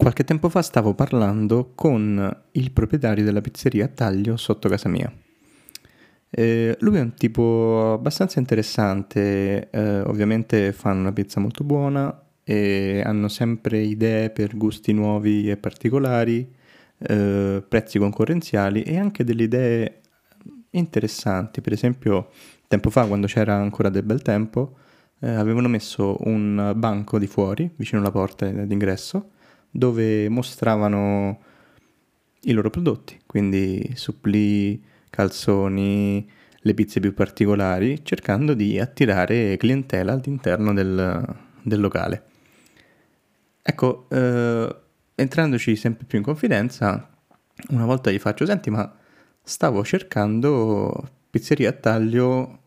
Qualche tempo fa stavo parlando con il proprietario della pizzeria a taglio sotto casa mia. Lui è un tipo abbastanza interessante, ovviamente fanno una pizza molto buona e hanno sempre idee per gusti nuovi e particolari, prezzi concorrenziali e anche delle idee interessanti. Per esempio, tempo fa, quando c'era ancora del bel tempo, avevano messo un banco di fuori, vicino alla porta d'ingresso, dove mostravano i loro prodotti, quindi supplì, calzoni, le pizze più particolari, cercando di attirare clientela all'interno del locale. Ecco, entrandoci sempre più in confidenza, una volta gli faccio: senti, ma stavo cercando pizzeria a taglio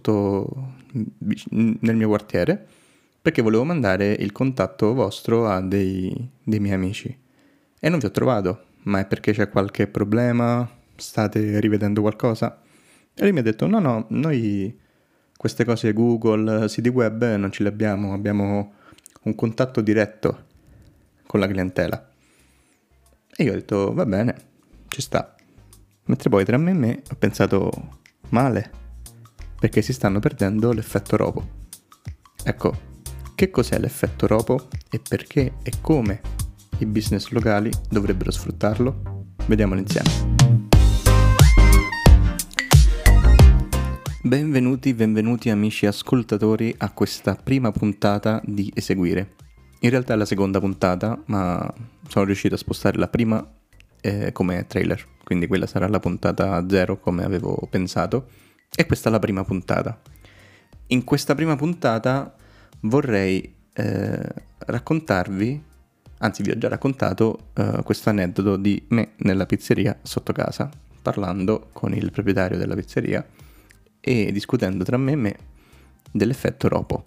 nel mio quartiere, perché volevo mandare il contatto vostro a dei miei amici e non vi ho trovato. Ma è perché c'è qualche problema? State rivedendo qualcosa? E lui mi ha detto: no, noi queste cose Google, siti web non ce le abbiamo un contatto diretto con la clientela. E io ho detto: va bene, ci sta. Mentre poi tra me e me ho pensato: male, perché si stanno perdendo l'effetto Ropo. Ecco, che cos'è l'effetto Ropo e perché e come i business locali dovrebbero sfruttarlo? Vediamolo insieme. Benvenuti amici ascoltatori a questa prima puntata di Eseguire. In realtà è la seconda puntata, ma sono riuscito a spostare la prima come trailer, quindi quella sarà la puntata 0 come avevo pensato, e questa è la prima puntata. In questa prima puntata vorrei raccontarvi, anzi vi ho già raccontato questo aneddoto di me nella pizzeria sotto casa, parlando con il proprietario della pizzeria e discutendo tra me e me dell'effetto Ropo.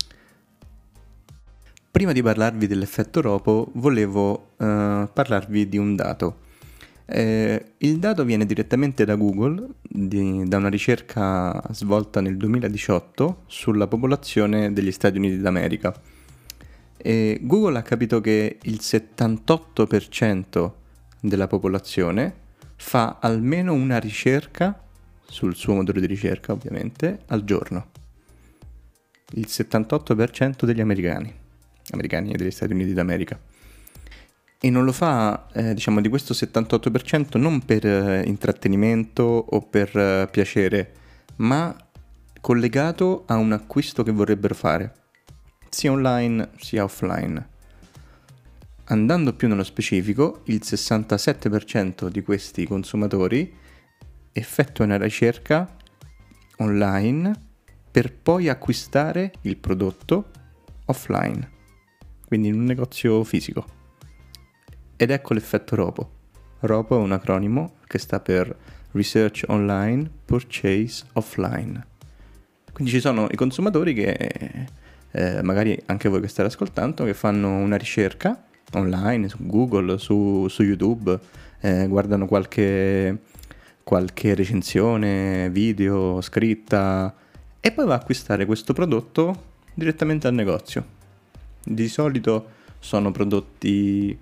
Prima di parlarvi dell'effetto Ropo volevo parlarvi di un dato. Il dato viene direttamente da Google, da una ricerca svolta nel 2018 sulla popolazione degli Stati Uniti d'America. Google ha capito che il 78% della popolazione fa almeno una ricerca sul suo motore di ricerca, ovviamente, al giorno. Il 78% degli americani e degli Stati Uniti d'America. E non lo fa, di questo 78% non per intrattenimento o per piacere, ma collegato a un acquisto che vorrebbero fare, sia online sia offline. Andando più nello specifico, il 67% di questi consumatori effettua una ricerca online per poi acquistare il prodotto offline, quindi in un negozio fisico. Ed ecco l'effetto Ropo. Ropo è un acronimo che sta per Research Online, Purchase Offline. Quindi ci sono i consumatori che, magari anche voi che state ascoltando, che fanno una ricerca online su Google, su YouTube, guardano qualche recensione, video, scritta, e poi va a acquistare questo prodotto direttamente al negozio. Di solito sono prodotti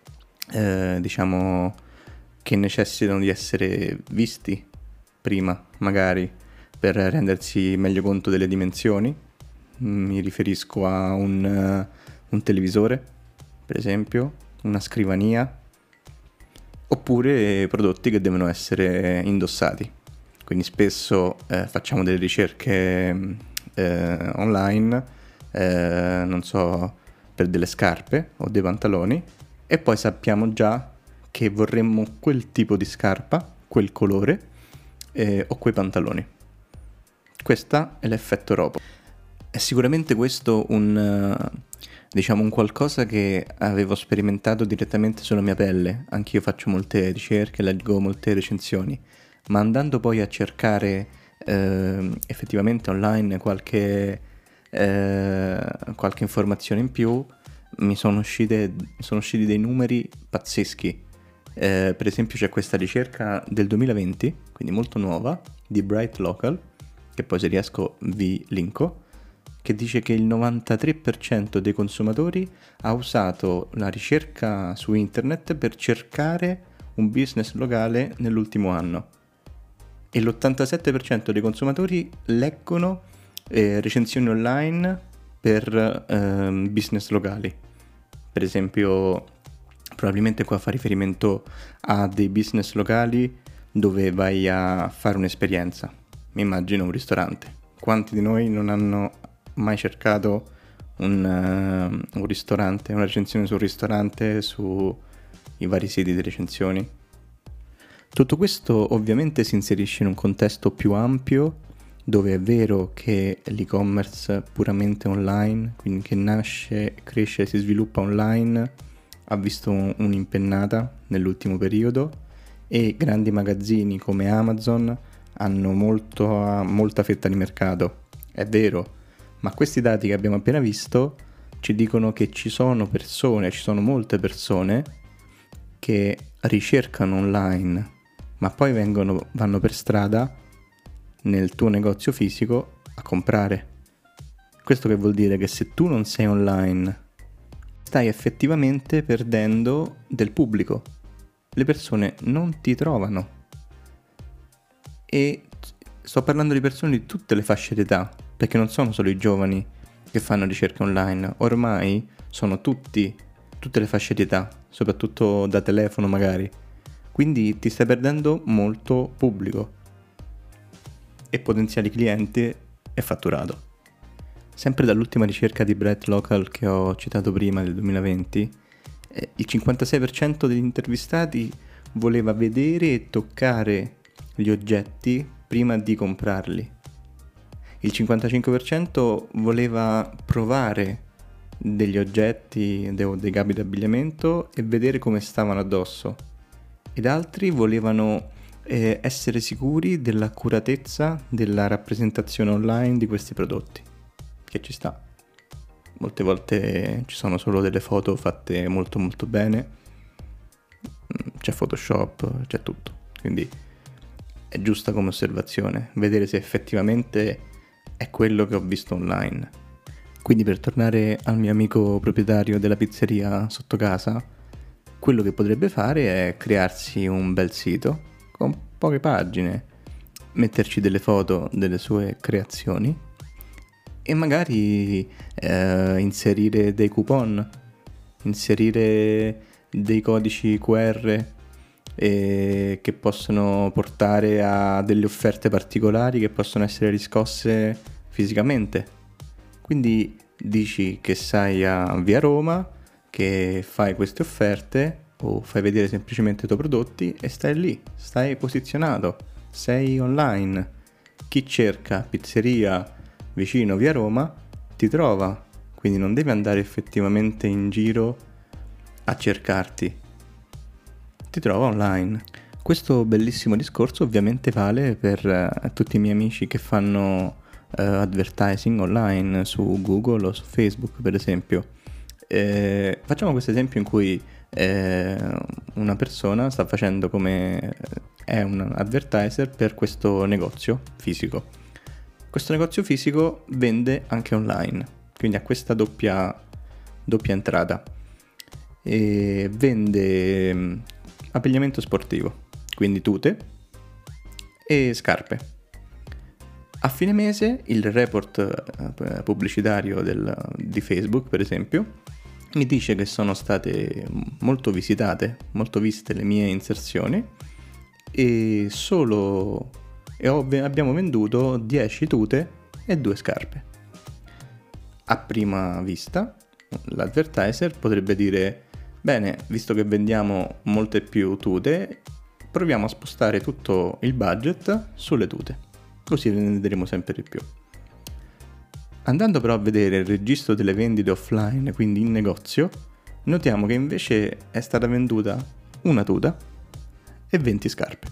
che necessitano di essere visti prima, magari per rendersi meglio conto delle dimensioni. Mi riferisco a un televisore, per esempio, una scrivania, oppure prodotti che devono essere indossati. Quindi spesso facciamo delle ricerche online, non so, per delle scarpe o dei pantaloni, e poi sappiamo già che vorremmo quel tipo di scarpa, quel colore o quei pantaloni. Questo è l'effetto Ropo. È sicuramente questo un qualcosa che avevo sperimentato direttamente sulla mia pelle. Anch'io faccio molte ricerche, leggo molte recensioni, ma andando poi a cercare effettivamente online qualche informazione in più, mi sono usciti dei numeri pazzeschi. Per esempio c'è questa ricerca del 2020, quindi molto nuova, di Bright Local, che poi se riesco vi linko, che dice che il 93% dei consumatori ha usato la ricerca su internet per cercare un business locale nell'ultimo anno. E l'87% dei consumatori leggono recensioni online per business locali. Per esempio, probabilmente qua fa riferimento a dei business locali dove vai a fare un'esperienza. Mi immagino un ristorante. Quanti di noi non hanno mai cercato un ristorante, una recensione su un ristorante, sui vari siti di recensioni? Tutto questo ovviamente si inserisce in un contesto più ampio, dove è vero che l'e-commerce puramente online, quindi che nasce, cresce e si sviluppa online, ha visto un'impennata nell'ultimo periodo, e grandi magazzini come Amazon hanno molta fetta di mercato. È vero, ma questi dati che abbiamo appena visto ci dicono che ci sono molte persone che ricercano online, ma poi vanno per strada nel tuo negozio fisico a comprare. Questo che vuol dire che se tu non sei online, stai effettivamente perdendo del pubblico. Le persone non ti trovano. E sto parlando di persone di tutte le fasce d'età, perché non sono solo i giovani che fanno ricerca online, ormai sono tutte le fasce d'età, soprattutto da telefono magari. Quindi ti stai perdendo molto pubblico e potenziali clienti e fatturato. Sempre dall'ultima ricerca di Brett Local che ho citato prima del 2020, il 56% degli intervistati voleva vedere e toccare gli oggetti prima di comprarli. Il 55% voleva provare degli oggetti o dei capi d'abbigliamento e vedere come stavano addosso. Ed altri volevano essere sicuri dell'accuratezza della rappresentazione online di questi prodotti, che ci sta. Molte volte ci sono solo delle foto fatte molto molto bene, c'è Photoshop, c'è tutto, quindi è giusta come osservazione vedere se effettivamente è quello che ho visto online. Quindi, per tornare al mio amico proprietario della pizzeria sotto casa, quello che potrebbe fare è crearsi un bel sito con poche pagine, metterci delle foto delle sue creazioni e magari inserire dei coupon, inserire dei codici QR che possono portare a delle offerte particolari che possono essere riscosse fisicamente. Quindi dici che sei a Via Roma, che fai queste offerte o fai vedere semplicemente i tuoi prodotti e stai lì, stai posizionato, sei online. Chi cerca pizzeria vicino Via Roma ti trova, quindi non devi andare effettivamente in giro a cercarti, ti trova online. Questo bellissimo discorso ovviamente vale per tutti i miei amici che fanno advertising online su Google o su Facebook, per esempio. Facciamo questo esempio in cui una persona sta facendo è un advertiser per questo negozio fisico. Questo negozio fisico vende anche online, quindi ha questa doppia entrata, e vende abbigliamento sportivo, quindi tute e scarpe. A fine mese il report pubblicitario di Facebook, per esempio, mi dice che sono state molto visitate, molto viste le mie inserzioni e abbiamo venduto 10 tute e 2 scarpe. A prima vista l'advertiser potrebbe dire: bene, visto che vendiamo molte più tute, proviamo a spostare tutto il budget sulle tute, così ne venderemo sempre di più. Andando però a vedere il registro delle vendite offline, quindi in negozio, notiamo che invece è stata venduta una tuta e 20 scarpe.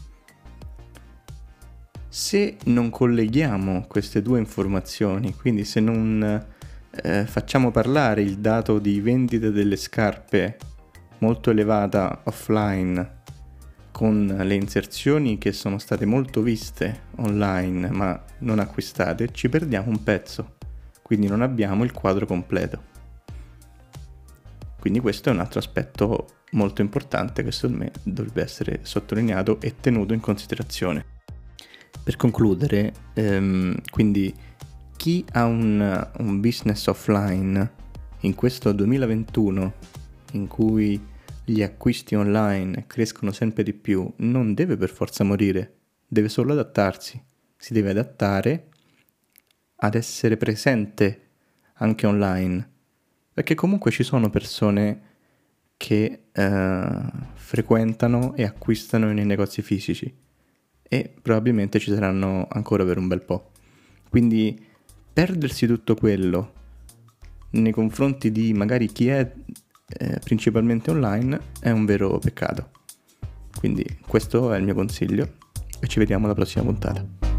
Se non colleghiamo queste due informazioni, quindi se non facciamo parlare il dato di vendita delle scarpe molto elevata offline con le inserzioni che sono state molto viste online ma non acquistate, ci perdiamo un pezzo. quindi non abbiamo il quadro completo. Quindi questo è un altro aspetto molto importante che secondo me dovrebbe essere sottolineato e tenuto in considerazione. Per concludere, quindi chi ha un business offline in questo 2021 in cui gli acquisti online crescono sempre di più non deve per forza morire, deve solo adattarsi, si deve adattare ad essere presente anche online, perché comunque ci sono persone che frequentano e acquistano nei negozi fisici e probabilmente ci saranno ancora per un bel po'. Quindi perdersi tutto quello nei confronti di magari chi è principalmente online è un vero peccato. Quindi questo è il mio consiglio e ci vediamo alla prossima puntata.